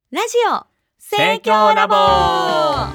ラジオ盛況ラボ。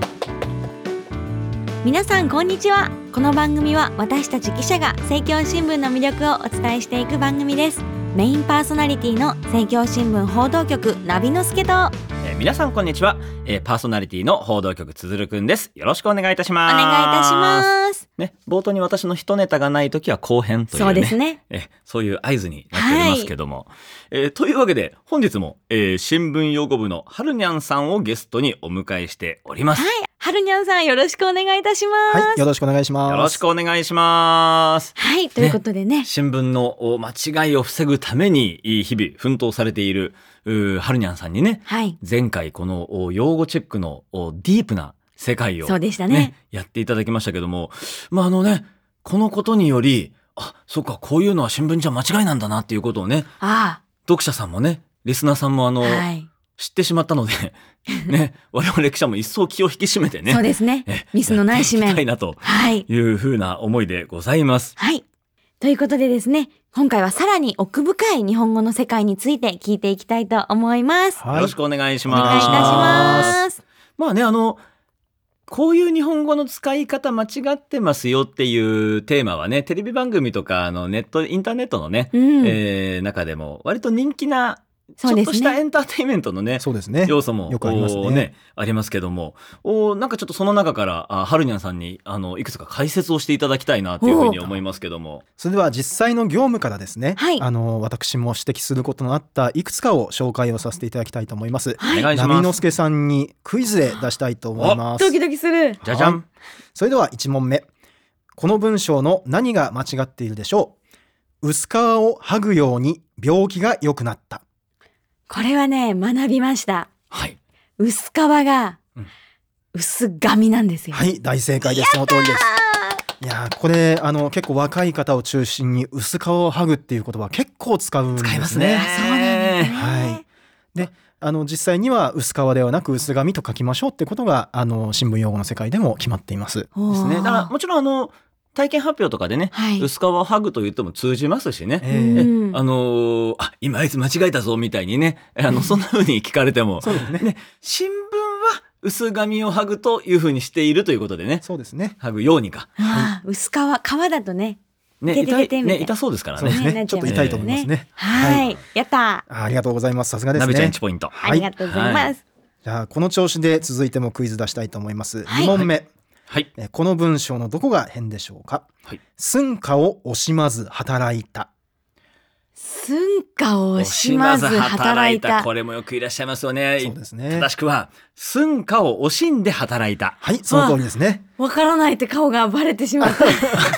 皆さんこんにちは。この番組は私たち記者が盛況新聞の魅力をお伝えしていく番組です。メインパーソナリティの盛況新聞報道局ナビノスケと皆さんこんにちは、パーソナリティの報道局つづるくんです。よろしくお願いいたします。 お願いいたしますね、冒頭に私の一ネタがないときは後編というね、 そうですね、 そういう合図になっておりますけども、というわけで本日も、新聞用語部のはるにゃんさんをゲストにお迎えしております。 はい、はるにゃんさんよろしくお願いいたします。 はい、よろしくお願いします。 よろしくお願いします。 はい、ということでね、 新聞の間違いを防ぐために日々奮闘されているはるにゃんさんにね、 はい、 前回この用語チェックのディープな世界を、 そうでしたね、 やっていただきましたけども、このことにより、そっか、こういうのは新聞じゃ間違いなんだなっていうことをね、読者さんもね、リスナーさんもはい、 知ってしまったのでね、我々記者も一層気を引き締めてね、 そうですね、ミスのない紙面やっていきたいなというふうな思いでございます。 はい、ということでですね、今回はさらに奥深い日本語の世界について聞いていきたいと思います。 よろしくお願いしおます。 願いいたします。 こういう日本語の使い方間違ってますよっていうテーマはね、テレビ番組とかインターネットのね、中でも割と人気なちょっとしたエンターテインメントのね、 そうですね、 要素もよくありますね。 ありますけども、なんかちょっとその中からはるにゃんさんにいくつか解説をしていただきたいなというふうに思いますけども、 それでは実際の業務からですね、 はい、 私も指摘することのあったいくつかを紹介をさせていただきたいと思います。 はい、お願いします。 ナビノスケさんにクイズで出したいと思います。 ドキドキする。 じゃじゃん。 それでは1問目、この文章の何が間違っているでしょう。薄皮を剥ぐように病気が良くなった。 これはね、学びました。 はい。 薄皮が薄紙なんですよ。 はい、大正解です。その通りです。いやこれ結構若い方を中心に薄皮を剥ぐっていう言葉結構使うんですね。 使いますね。 そうなんですね。 はい。で実際には薄皮ではなく薄紙と書きましょうってことが新聞用語の世界でも決まっていますですね。だからもちろん体験発表とかでね、 はい、 薄皮を剥ぐと言っても通じますしね、今あいつ間違えたぞみたいにね、そんな風に聞かれてもそうですね。 新聞は薄紙を剥ぐという風にしているということでね、 そうですね、 剥ぐようにか、 薄皮だとね、 痛そうですからね。 そうですね、ちょっと痛いと思いますね。 はい、やった。 ありがとうございます。さすがですね。 ナビちゃん1ポイント。 ありがとうございます。 じゃあこの調子で続いてもクイズ出したいと思います。2問目。 はい、 この文章のどこが変でしょうか。 はい、 寸暇を惜しまず働いた。 寸暇を惜しまず働いた。 これもよくいらっしゃいますよね。 そうですね。 正しくは寸暇を惜しんで働いた。 はい、その通りですね。 わからないって顔がバレてしまった。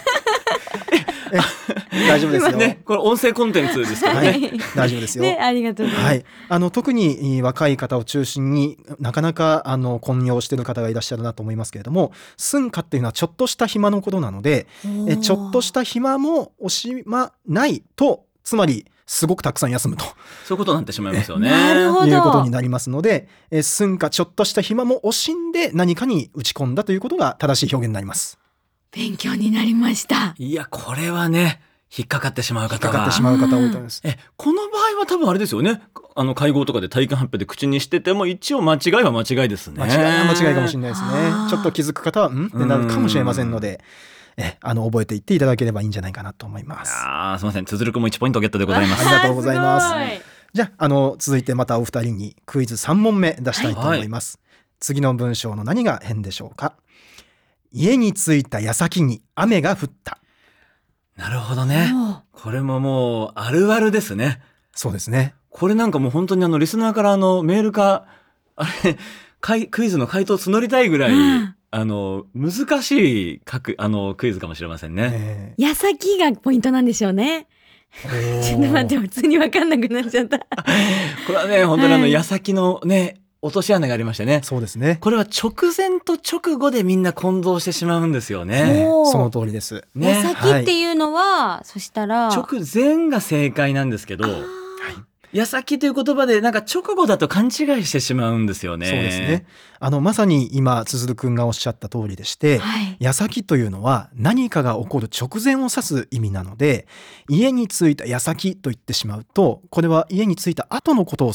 大丈夫ですよ。 ね、これ音声コンテンツですからね。 はい、大丈夫ですよ。 ね、ありがとうございます。 はい、特に若い方を中心になかなか混用している方がいらっしゃるなと思いますけれども、寸暇っていうのはちょっとした暇のことなので、ちょっとした暇も惜しまないと、つまりすごくたくさん休むと、 そういうことになってしまいますよね。 なるほど。 いうことになりますので、寸暇、ちょっとした暇も惜しんで何かに打ち込んだということが正しい表現になります。 勉強になりました。 いや、これはね、引っかかってしまう方多いと思います。 この場合は多分あれですよね、会合とかで体験発表で口にしてても一応間違いは間違いですね。 間違いかもしれないですね。ちょっと気づく方はってなるかもしれませんので、覚えていっていただければいいんじゃないかなと思います。 すみません、つづるくんも1ポイントゲットでございます。 ありがとうございます。じゃあ続いてまたお二人にクイズ3問目出したいと思います。次の文章の何が変でしょうか。家に着いた矢先に雨が降った。 なるほどね。これももうあるあるですね。 そうですね。 これなんかもう本当にリスナーからメールかクイズの回答を募りたいぐらい、難しいクイズかもしれませんね。 矢先がポイントなんでしょうね。ちょっと待って、普通に分かんなくなっちゃった。これはね、本当に矢先のね、落とし穴がありましてね。 そうですね。 これは直前と直後でみんな混同してしまうんですよね。 その通りです。 矢先っていうのは、そしたら直前が正解なんですけど、矢先という言葉でなんか直後だと勘違いしてしまうんですよね。 そうですね。まさに今つづるくんがおっしゃった通りでして、矢先というのは何かが起こる直前を指す意味なので、家に着いた矢先と言ってしまうと、これは家に着いた後のことを指す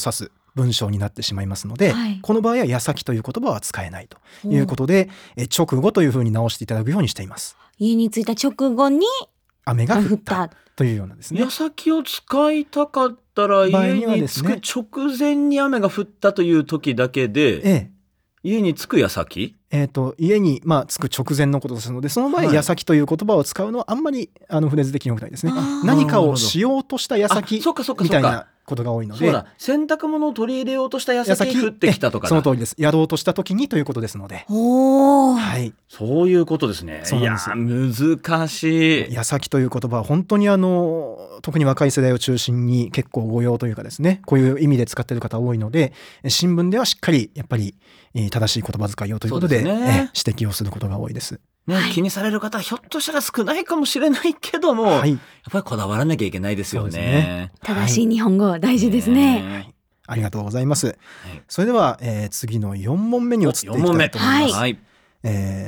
文章になってしまいますので、 はい、 この場合は矢先という言葉は使えないということで、直後というふうに直していただくようにしています。 家に着いた直後に雨が降ったというようなですね。 矢先を使いたかったら家に着く直前に雨が降ったという時だけで、家に着く矢先、 家に着く直前のことですので、その場合、矢先という言葉を使うのはあんまりフレーズ的に良くないですね。何かをしようとした矢先みたいなことが多いので、 そうだ、洗濯物を取り入れようとした矢先に降ってきたとかだ。 その通りです。やろうとした時にということですので、 はい、 そういうことですね。いや難しい。 矢先という言葉は本当に特に若い世代を中心に結構誤用というかですね、こういう意味で使っている方多いので、新聞ではしっかりやっぱり正しい言葉遣いをということで、指摘をすることが多いです。 気にされる方はひょっとしたら少ないかもしれないけども、やっぱりこだわらなきゃいけないですよね。 正しい日本語大事ですね。 ありがとうございます。それでは、次の4問目に移っていきたいと思います。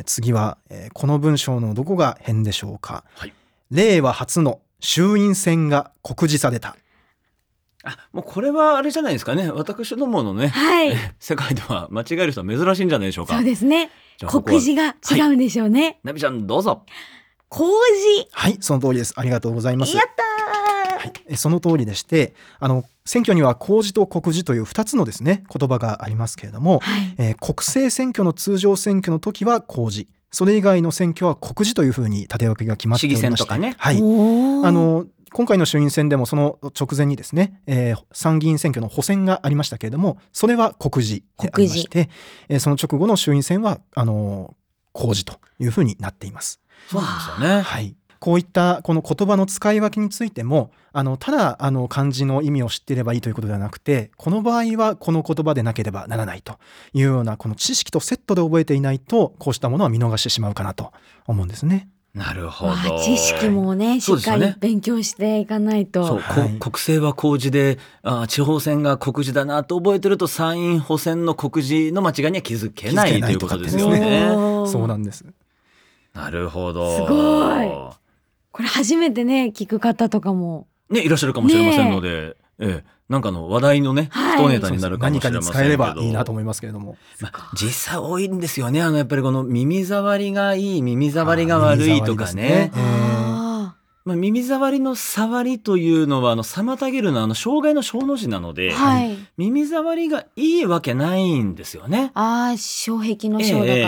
次は、この文章のどこが変でしょうか。令和初の衆院選が告示された。 もうこれはあれじゃないですかね。私どものね、世界では間違える人は珍しいんじゃないでしょうか。 そうですね。告示が違うんでしょうね。 ナビちゃんどうぞ。 公示。 はい、その通りです。ありがとうございます。 やったー。その通りでして、選挙には公示と告示という2つのですね言葉がありますけれども、国政選挙の通常選挙の時は公示、それ以外の選挙は告示というふうに縦分けが決まっておりまして、 市議選とかね。 今回の衆院選でもその直前にですね、参議院選挙の補選がありましたけれども、それは告示でありまして、その直後の衆院選は公示というふうになっています。 そうなんですよね。 はい。こういったこの言葉の使い分けについても、ただ漢字の意味を知っていればいいということではなくて、この場合はこの言葉でなければならないというようなこの知識とセットで覚えていないと、こうしたものは見逃してしまうかなと思うんですね。 なるほど。 知識もね、しっかり勉強していかないと。 国政は公示で、地方選が告示だなと覚えてると、参院補選の告示の間違いには気づけないということですよね。 そうなんです。 なるほど。 すごい。これ初めてね聞く方とかもねいらっしゃるかもしれませんので、なんかの話題のね一ネタになるかもしれませんけど、何かに使えればいいなと思いますけれども、 実際多いんですよね。やっぱりこの耳障りがいい、耳障りが悪いとかね。耳障りの触りというのは妨げるの障害の小の字なので、耳障りがいいわけないんですよね。 障壁の小だから、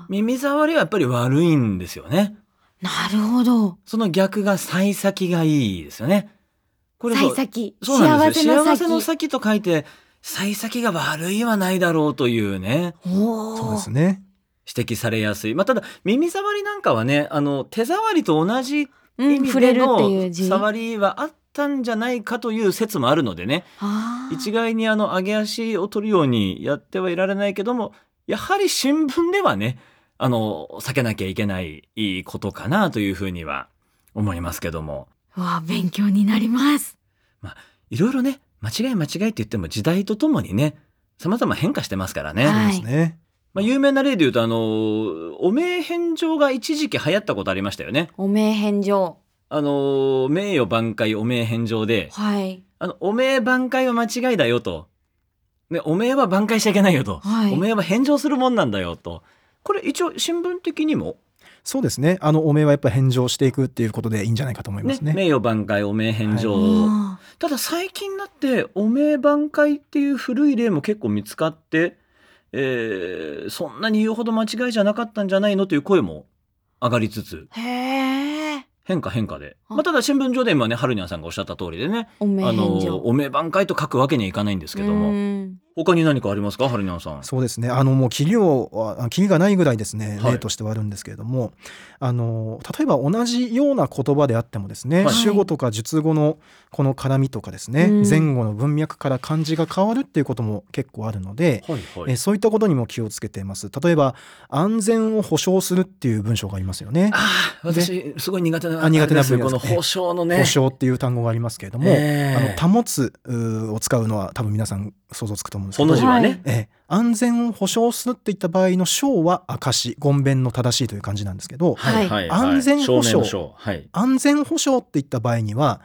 耳障りはやっぱり悪いんですよね。 なるほど。 その逆が幸先がいいですよね。これ幸先、 そうなんですよ。幸せの先と書いて幸先が悪いはないだろうというね。 そうですね。 指摘されやすい。ただ耳障りなんかはね、手触りと同じ意味での触りはあったんじゃないかという説もあるのでね。一概に上げ足を取るようにやってはいられないけども、やはり新聞ではね、避けなきゃいけないことかなというふうには思いますけども。 勉強になります。 いろいろね、間違いって言っても時代とともにね、様々変化してますからね。 そうですね。 有名な例で言うと汚名返上が一時期流行ったことありましたよね。 汚名返上。 名誉挽回汚名返上で、汚名挽回は間違いだよと。ね、汚名は挽回しちゃいけないよと。汚名は返上するもんなんだよと。これ一応新聞的にもそうですね。汚名はやっぱり返上していくっていうことでいいんじゃないかと思いますね。 名誉挽回汚名返上、ただ最近になって汚名挽回っていう古い例も結構見つかって、そんなに言うほど間違いじゃなかったんじゃないのという声も上がりつつ、変化で、ただ新聞上で今ね春にゃんさんがおっしゃった通りでね、汚名挽回と書くわけにはいかないんですけども、他に何かありますか、春にゃんさん。 そうですね。もうキリがないぐらいですね、例としてはあるんですけれども、例えば同じような言葉であってもですね、主語とか述語のこの絡みとかですね、前後の文脈から漢字が変わるっていうことも結構あるので、そういったことにも気をつけています。例えば安全を保障するっていう文章がありますよね。 私すごい苦手な分野ですね。 この保障のね、 保障っていう単語がありますけれども、保つを使うのは多分皆さん想像つくと思うんですけど、 この字はね、 安全を保障するっていった場合の証は証、言弁の正しいという感じなんですけど、安全保障っていった場合には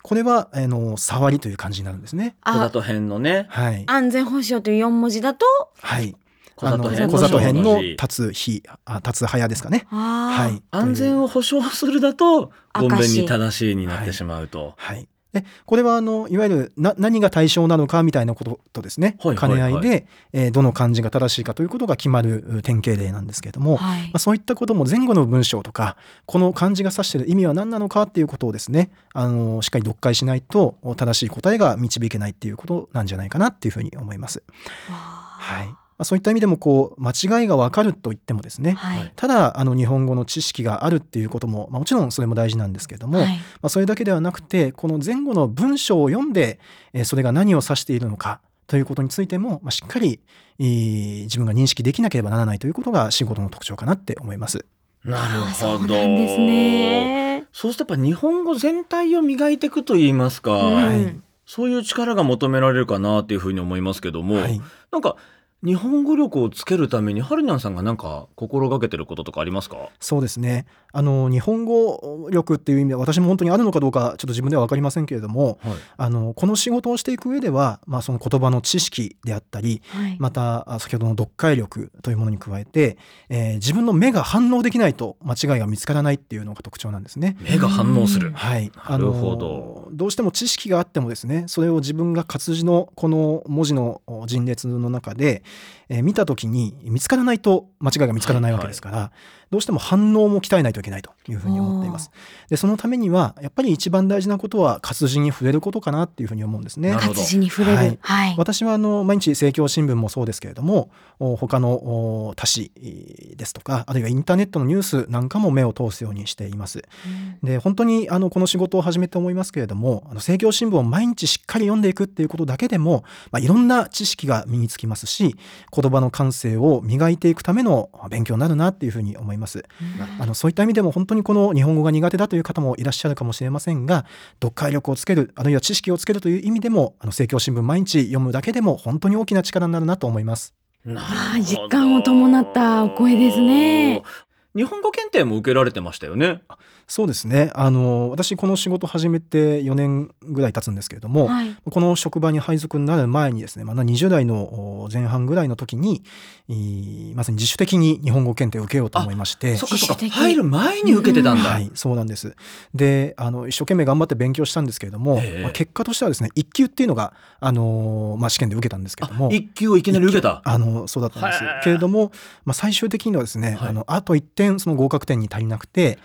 これは触りという漢字になるんですね。 小里編のね、 はい、 安全保障という4文字だと、 はい、 小里編小里編の立つ早ですかね。 はい、 安全を保障するだとごんべんに正しいになってしまうと。 はい、でこれはいわゆる何が対象なのかみたいなこととですね、兼ね合いで、どの漢字が正しいかということが決まる典型例なんですけれども、そういったことも前後の文章とかこの漢字が指している意味は何なのかっていうことをですね、しっかり読解しないと正しい答えが導けないっていうことなんじゃないかなっていうふうに思います。はい、そういった意味でも間違いが分かるといってもですね、ただ日本語の知識があるっていうことも、もちろんそれも大事なんですけれども、それだけではなくてこの前後の文章を読んで、それが何を指しているのかということについても、しっかり自分が認識できなければならないということが仕事の特徴かなって思います。 なるほど。 そうなんですね。 そうするとやっぱ日本語全体を磨いていくといいますか、そういう力が求められるかなっていうふうに思いますけども、なんか日本語力をつけるためにはるにゃんさんがなんか心がけてることとかありますか？ そうですね、日本語力っていう意味では私も本当にあるのかどうかちょっと自分では分かりませんけれども、この仕事をしていく上では、その言葉の知識であったり、また先ほどの読解力というものに加えて、自分の目が反応できないと間違いが見つからないっていうのが特徴なんですね。 目が反応する。 はい、 なるほど。 どうしても知識があってもですね、それを自分が活字のこの文字の陣列の中で見た時に見つからないと間違いが見つからないわけですから、どうしても反応も鍛えないといけないというふうに思っています。でそのためにはやっぱり一番大事なことは活字に触れることかなっていうふうに思うんですね。 活字に触れる、 私は毎日政教新聞もそうですけれども、他の他紙ですとか、あるいはインターネットのニュースなんかも目を通すようにしています。で本当にこの仕事を始めて思いますけれども、政教新聞を毎日しっかり読んでいくっていうことだけでも、いろんな知識が身につきますし、言葉の感性を磨いていくための勉強になるなっていうふうに思います。そういった意味でも本当にこの日本語が苦手だという方もいらっしゃるかもしれませんが、読解力をつける、あるいは知識をつけるという意味でも政教新聞毎日読むだけでも本当に大きな力になるなと思います。 実感を伴ったお声ですね。 日本語検定も受けられてましたよね。 そうですね、私この仕事始めて4年ぐらい経つんですけれども、この職場に配属になる前にですね、20代の前半ぐらいの時にまさに自主的に日本語検定を受けようと思いまして。 そっか入る前に受けてたんだ。 そうなんです。で一生懸命頑張って勉強したんですけれども、結果としてはですね、1級っていうのが試験で受けたんですけれども、 1級をいきなり受けた。 そうだったんですけれども、最終的にはですね、あと1点その合格点に足りなくて、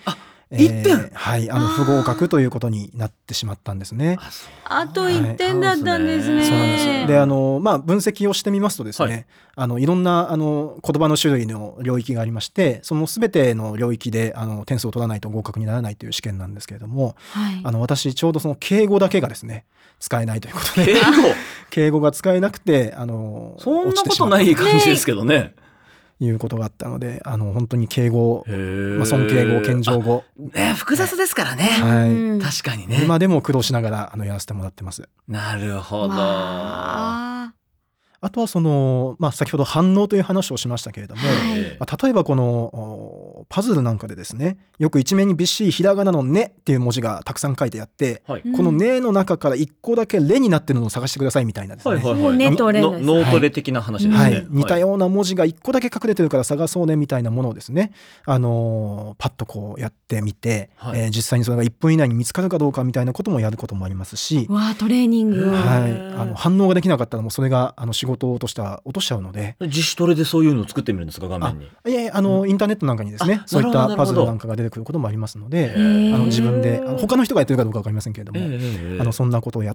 1点、 不合格ということになってしまったんですね。 あと1点だったんですね。 そうなんです。で分析をしてみますとですね、いろんな言葉の種類の領域がありまして、その全ての領域で点数を取らないと合格にならないという試験なんですけれども、私ちょうどその敬語だけがですね使えないということで、敬語が使えなくてそんなことない感じですけどね。 いうことがあったので、本当に敬語、尊敬語、謙譲語、 複雑ですからね。確かにね。 今でも苦労しながらやらせてもらってます。 なるほど。 あとは先ほど反応という話をしましたけれども、例えばこのパズルなんかでですね、よく一面にびっしりひらがなのねっていう文字がたくさん書いてあって、このねの中から1個だけレになってるのを探してくださいみたいなですね、 ねとレです。 脳トレ的な話ですね。 似たような文字が1個だけ隠れてるから探そうねみたいなものをですね、パッとやってみて、実際にそれが1分以内に見つかるかどうかみたいなこともやることもありますし、 トレーニング、 反応ができなかったらもうそれが仕事としては落としちゃうので、 自主トレでそういうのを作ってみるんですか、画面に。 インターネットなんかにですね、そういったパズルなんかが出てくることもありますので、自分で他の人がやってるかどうか分かりませんけれども、そんなことをやって、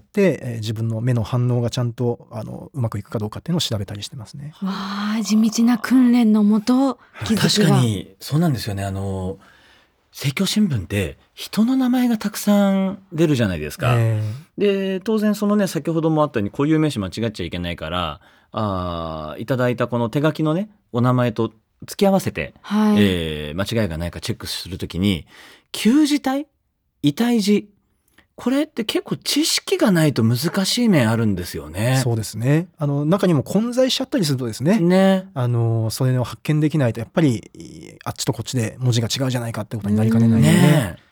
自分の目の反応がちゃんとうまくいくかどうかっていうのを調べたりしてますね。 地道な訓練のもと気づきが。 確かにそうなんですよね。政教新聞って人の名前がたくさん出るじゃないですか。で当然そのね、先ほどもあったように固有名詞間違っちゃいけないから、いただいたこの手書きのねお名前と付き合わせて、間違いがないかチェックするときに、旧字体、異体字、これって結構知識がないと難しい面あるんですよね。 そうですね。中にも混在しちゃったりするとですね、それを発見できないとやっぱりあっちとこっちで文字が違うじゃないかってことになりかねないので、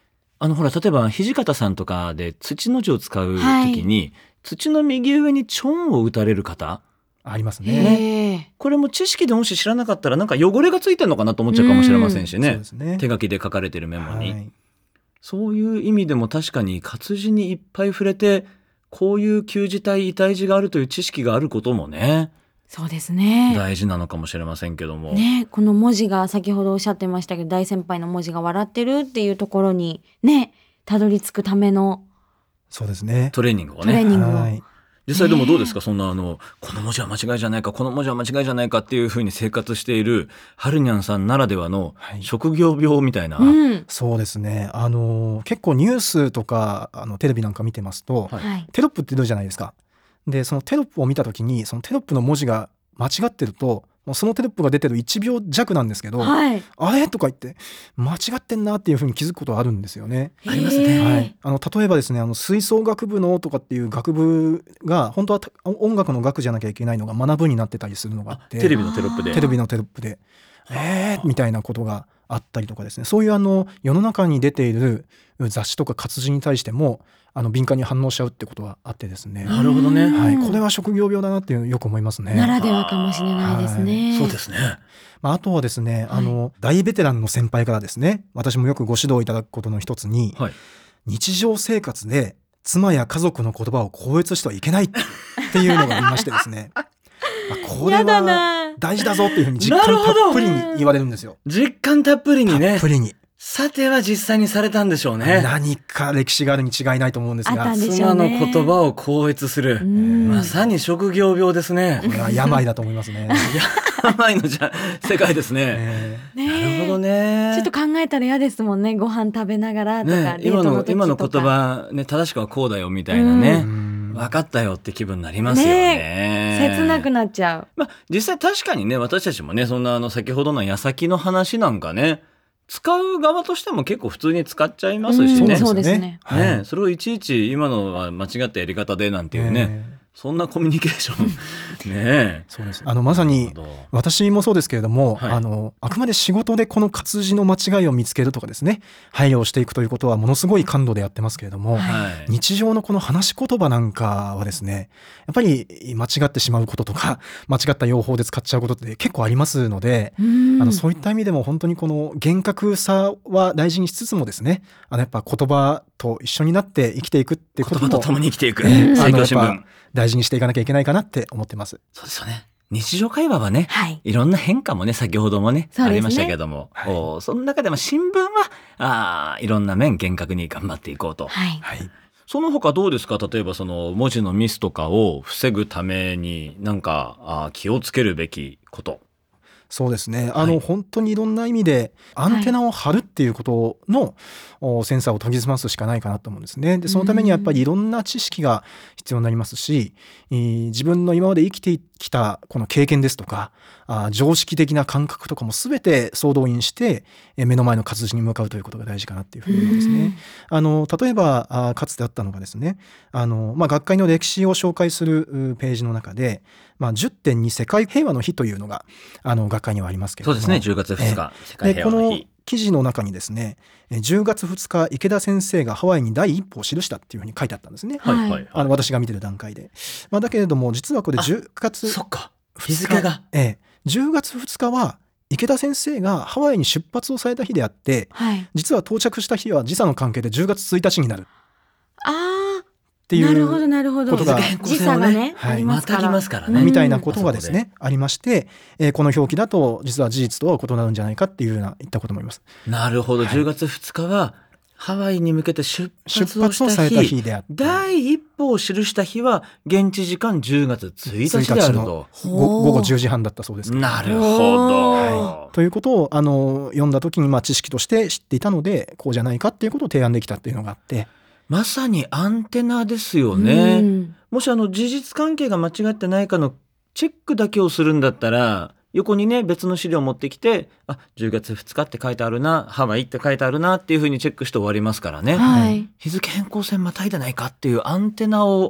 ほら例えば土方さんとかで土の字を使う時に、土の右上にチョンを打たれる方ありますへね。 ーこれも知識でもし知らなかったらなんか汚れがついてるのかなと思っちゃうかもしれませんしそうね、 ですね。 手書きで書かれてるメモに、 はい、 そういう意味でも確かに活字にいっぱい触れてこういう旧字体異体字があるという知識があることもねそうですね。 大事なのかもしれませんけども、 ね、この文字が先ほどおっしゃってましたけど、大先輩の文字が笑ってるっていうところにね、たどり着くためのそうですね。 トレーニングをねトレーニングを、 はい実際でもどうですか、そんなこの文字は間違いじゃないかこの文字は間違いじゃないかっていうふうに生活しているはるにゃんさんならではのはい職業病みたいな、 うんそうですね。結構ニュースとかテレビなんか見てますと、 はいはい、 テロップって出るじゃないですか。でそのテロップを見た時にそのテロップの文字が間違ってると、もうそのテロップが出てる1秒弱なんですけど、 はい、 あれとか言って間違ってんなっていうふうに気づくことはあるんですよね。 ありますねへーはい、例えばですね吹奏楽部のとかっていう学部が本当は音楽の学じゃなきゃいけないのが学部になってたりするのがあって、 テレビのテロップでテレビのテロップでみたいなことがあったりとかですね、そういう世の中に出ている雑誌とか活字に対しても敏感に反応しちゃうってことはあってですね、 なるほどね、 うんはい、これは職業病だなっていうのをよく思いますね。 ならではかもしれないですね。 そうですね、 あとはですね、 は大ベテランの先輩からですね、私もよくご指導いただくことの一つに、 はい、 日常生活で妻や家族の言葉を超越してはいけないっていうのがありましてですねこれやだはな。 大事だぞっていうふうに実感たっぷりに言われるんですよ。 実感たっぷりにたねっぷりに、 さては実際にされたんでしょうね。 何か歴史があるに違いないと思うんですが、 あったんでしょ妻のうね言葉を超越する、 うんまさに職業病ですね。 これは病だと思いますね。 病の世界ですね。 ねなるほどね。 ちょっと考えたら嫌ですもんね。ご飯食べながらとか、 ね、 デートの時とか今の言葉ね、正しくはこうだよみたいなね、分かったよって気分になりますよね。 切なくなっちゃう。 実際確かにね、私たちもね、そんな先ほどの矢先の話なんかね、使う側としても結構普通に使っちゃいますしね。 そうですね。 はいね、それをいちいち今のは間違ったやり方でなんていうね、そんなコミュニケーションねそうです。まさに私もそうですけれども、 はいあくまで仕事でこの活字の間違いを見つけるとかですね、配慮をしていくということはものすごい感度でやってますけれども、 はい日常のこの話し言葉なんかはですね、やっぱり間違ってしまうこととか間違った用法で使っちゃうことって結構ありますので、そういった意味でも本当にこの厳格さは大事にしつつもですね、やっぱ言葉と一緒になって生きていくっていうことも言葉と共に生きていくね政教新聞やっぱ大事にしていかなきゃいけないかなって思ってます。 そうですよね。日常会話はね、 はい。 いろんな変化もね、先ほどもね、 そうですねありましたけども、その中でも新聞はいろんな面厳格に頑張っていこうと。 はい。 はい。 その他どうですか？例えばその文字のミスとかを防ぐためになんか気をつけるべきこと。 そうですね。 はい本当にいろんな意味でアンテナを張るっていうことの、センサーを研ぎ澄ますしかないかなと思うんですね。でそのためにやっぱりいろんな知識が必要になりますし、自分の今まで生きてきたこの経験ですとか、常識的な感覚とかも全て総動員して、目の前の活字に向かうということが大事かなっていうふうに思うんですね。例えばかつてあったのがですね、学会の歴史を紹介するページの中で、10.2世界平和の日というのが学会にはありますけれども、 そうですね。10月2日、世界でこの平和の日。 記事の中にですね、10月2日池田先生がハワイに第一歩を記したっていうふうに書いてあったんですね。 はいはいはい。 私が見てる段階で、だけれども実はこれ10月そっか。 2 日付が。 10月2日は池田先生がハワイに出発をされた日であって、 はい。 実は到着した日は時差の関係で10月1日になるっあていうなるほど、なるほど。 ことが時差がね、 はいありますから。 またぎますからねみたいなことがですね、ありまして、この表記だと実は事実とは異なるんじゃないかっていうような言ったこともあります。 なるほど。 はい 10月2日はハワイに向けて出出発を発をされした日。 た日であって、 第一歩を記した日は現地時間10月1日であると。 午後10時半だったそうですけど。 なるほど。 ということを読んだ時に知識として知っていたので、こうじゃないかっていうことを提案できたっていうのがあって、 まさにアンテナですようね。 んもし事実関係が間違ってないかのチェックだけをするんだったら、横にね別の資料を持ってきて、10月2日って書いてあるな、ハワイって書いてあるなっていうふうにチェックして終わりますからね。 はい。 日付変更線またいでないかっていうアンテナを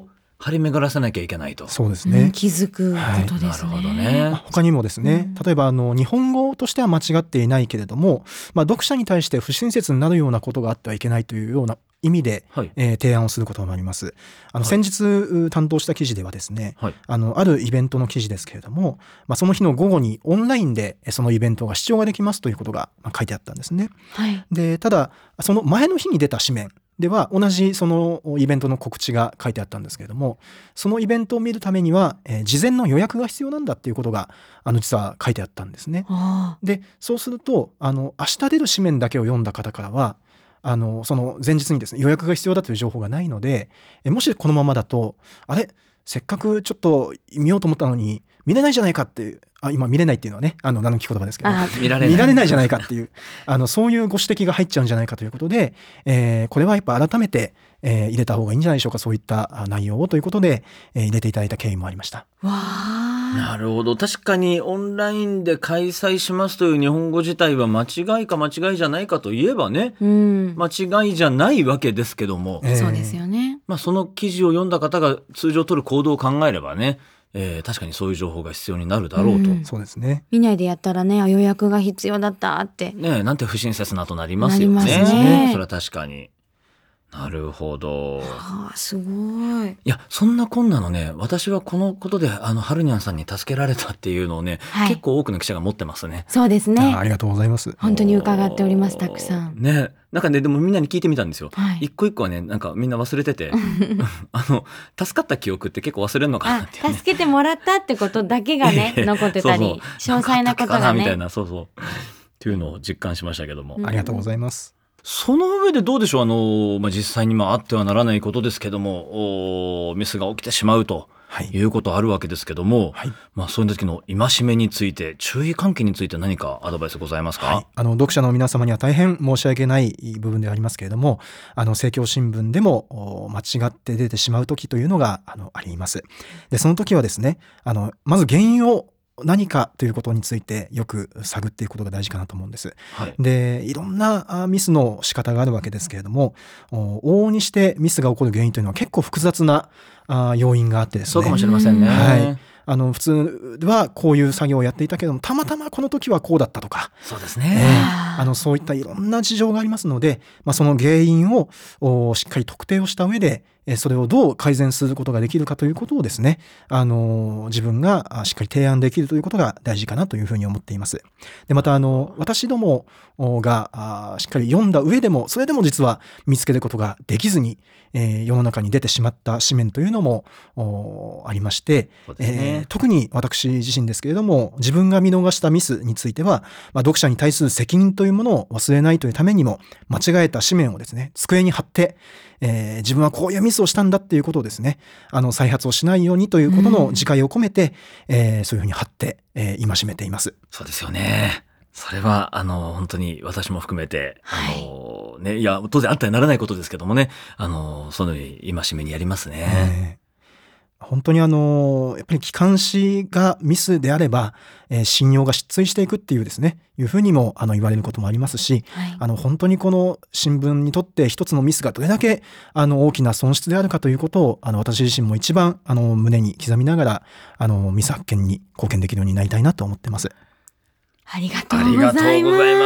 張り巡らせなきゃいけないと。 そうですね、 気づくことですね。 なるほどね。 他にもですね、例えば日本語としては間違っていないけれども、読者に対して不親切になるようなことがあってはいけないというような意味で、提案をすることもあります。先日担当した記事ではですね、あるイベントの記事ですけれども、その日の午後にオンラインでそのイベントが視聴ができますということが書いてあったんですね。でただその前の日に出た紙面では同じそのイベントの告知が書いてあったんですけれども、そのイベントを見るためには、事前の予約が必要なんだっていうことが実は書いてあったんですね。でそうすると明日出る紙面だけを読んだ方からはその前日にですね予約が必要だという情報がないので、もしこのままだとせっかくちょっと見ようと思ったのに見れないじゃないかっていう、今見れないっていうのはね名の利き言葉ですけど、見られないじゃないかっていうそういうご指摘が入っちゃうんじゃないかということで、これはやっぱ改めて、入れた方がいいんじゃないでしょうか、そういった内容をということで、入れていただいた経緯もありました。 なるほど。確かにオンラインで開催しますという日本語自体は間違いか間違いじゃないかといえばね、間違いじゃないわけですけども、 そうですよね。 その記事を読んだ方が通常取る行動を考えればね、確かにそういう情報が必要になるだろうと、 そうですね。 見ないでやったらね、予約が必要だったってね、なんて不親切なとなりますよね。 なりますね。 それは確かに。なるほど。 すごい。 いや、そんなこんなのね、私はこのことではるにゃんさんに助けられたっていうのをね、結構多くの記者が持ってますね。 そうですね。 ありがとうございます。 本当に伺っております、たくさん。 ね、なんかね、でもみんなに聞いてみたんですよ。一個一個はね、なんかみんな忘れてて助かった記憶って結構忘れるのかなっていうね。 助けてもらったってことだけがね残ってたり、詳細なことがねみたいな、っていうのを実感しましたけども、 ありがとうございます。 その上でどうでしょう、実際にあってはならないことですけども、ミスが起きてしまうということあるわけですけども、そういう時の戒めについて、注意喚起について何かアドバイスございますか？ 読者の皆様には大変申し訳ない部分でありますけれども、政教新聞でも間違って出てしまう時というのがあります。でその時はですね、まず原因を何かということについてよく探っていくことが大事かなと思うんです。でいろんなミスの仕方があるわけですけれども、往々にしてミスが起こる原因というのは結構複雑な要因があってですね。 そうかもしれませんね。 普通ではこういう作業をやっていたけども、たまたまこの時はこうだったとか、 そうですね、 そういったいろんな事情がありますので、その原因をしっかり特定をした上で、それをどう改善することができるかということをですね、自分がしっかり提案できるということが大事かなというふうに思っています。でまた私どもがしっかり読んだ上でも、それでも実は見つけることができずに、世の中に出てしまった紙面というのもありまして、特に私自身ですけれども、自分が見逃したミスについては、読者に対する責任というものを忘れないというためにも、間違えた紙面をですね机に貼って、自分はこういうミスをしたんだっていうことをですね、再発をしないようにということの自戒を込めて、そういうふうに貼って戒めています。 そうですよね。それは本当に私も含めて、いや当然あってはならないことですけどもね、そのように戒めにやりますね。 本当にやっぱり機関紙がミスであれば、信用が失墜していくっていうですね、いうふうにも言われることもありますし、本当にこの新聞にとって一つのミスがどれだけ大きな損失であるかということを私自身も一番胸に刻みながらミス発見に貢献できるようになりたいなと思ってます。 ありがとうございます。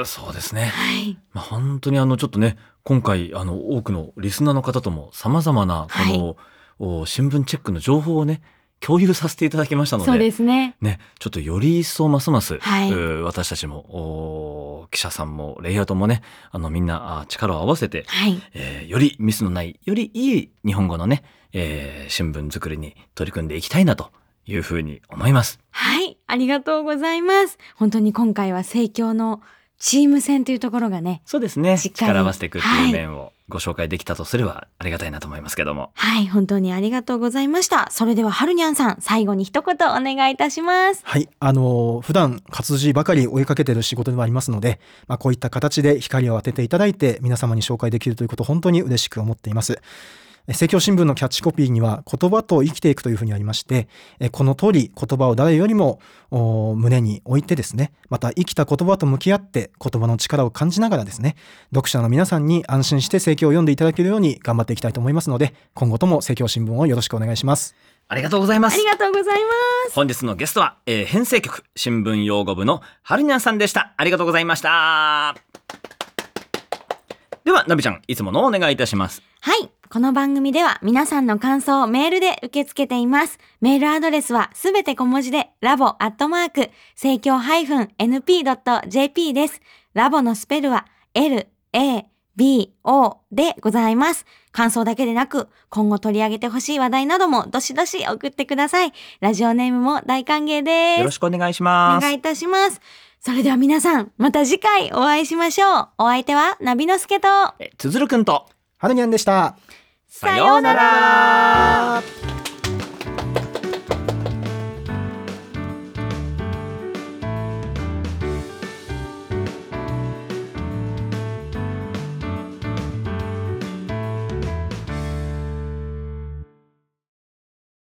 そうですね。本当にちょっとね、今回多くのリスナーの方とも様々なこの、新聞チェックの情報をね共有させていただきましたので、 そうですね。 ちょっとより一層ますます、私たちも記者さんもレイアウトもねみんな力を合わせて、よりミスのないよりいい日本語のね、新聞作りに取り組んでいきたいなというふうに思います。 ありがとうございます。本当に今回は政教のチーム戦というところがね、 そうですね、力を合わせていくっていう面をご紹介できたとすればありがたいなと思いますけども、 本当にありがとうございました。それでははるにゃんさん、最後に一言お願いいたします。 普段活字ばかり追いかけている仕事ではありますので、こういった形で光を当てていただいて皆様に紹介できるということを本当に嬉しく思っています。 政教新聞のキャッチコピーには言葉と生きていくというふうにありまして、この通り言葉を誰よりも胸に置いてですね、また生きた言葉と向き合って言葉の力を感じながらですね、読者の皆さんに安心して政教を読んでいただけるように頑張っていきたいと思いますので、今後とも政教新聞をよろしくお願いします。 ありがとうございます。 ありがとうございます。 本日のゲストは、編成局新聞用語部の春にゃんさんでした。ありがとうございました。ではナビちゃん、いつものお願いいたします。 はい。この番組では皆さんの感想をメールで受け付けています。メールアドレスはすべて小文字でlabo@生協-np.jp です。ラボのスペルは LABO でございます。感想だけでなく、今後取り上げてほしい話題などもどしどし送ってください。ラジオネームも大歓迎です。 よろしくお願いします。 お願いいたします。それでは皆さん、また次回お会いしましょう。お相手はナビのすけとつづるくんとはるにゃんでした。 さようなら。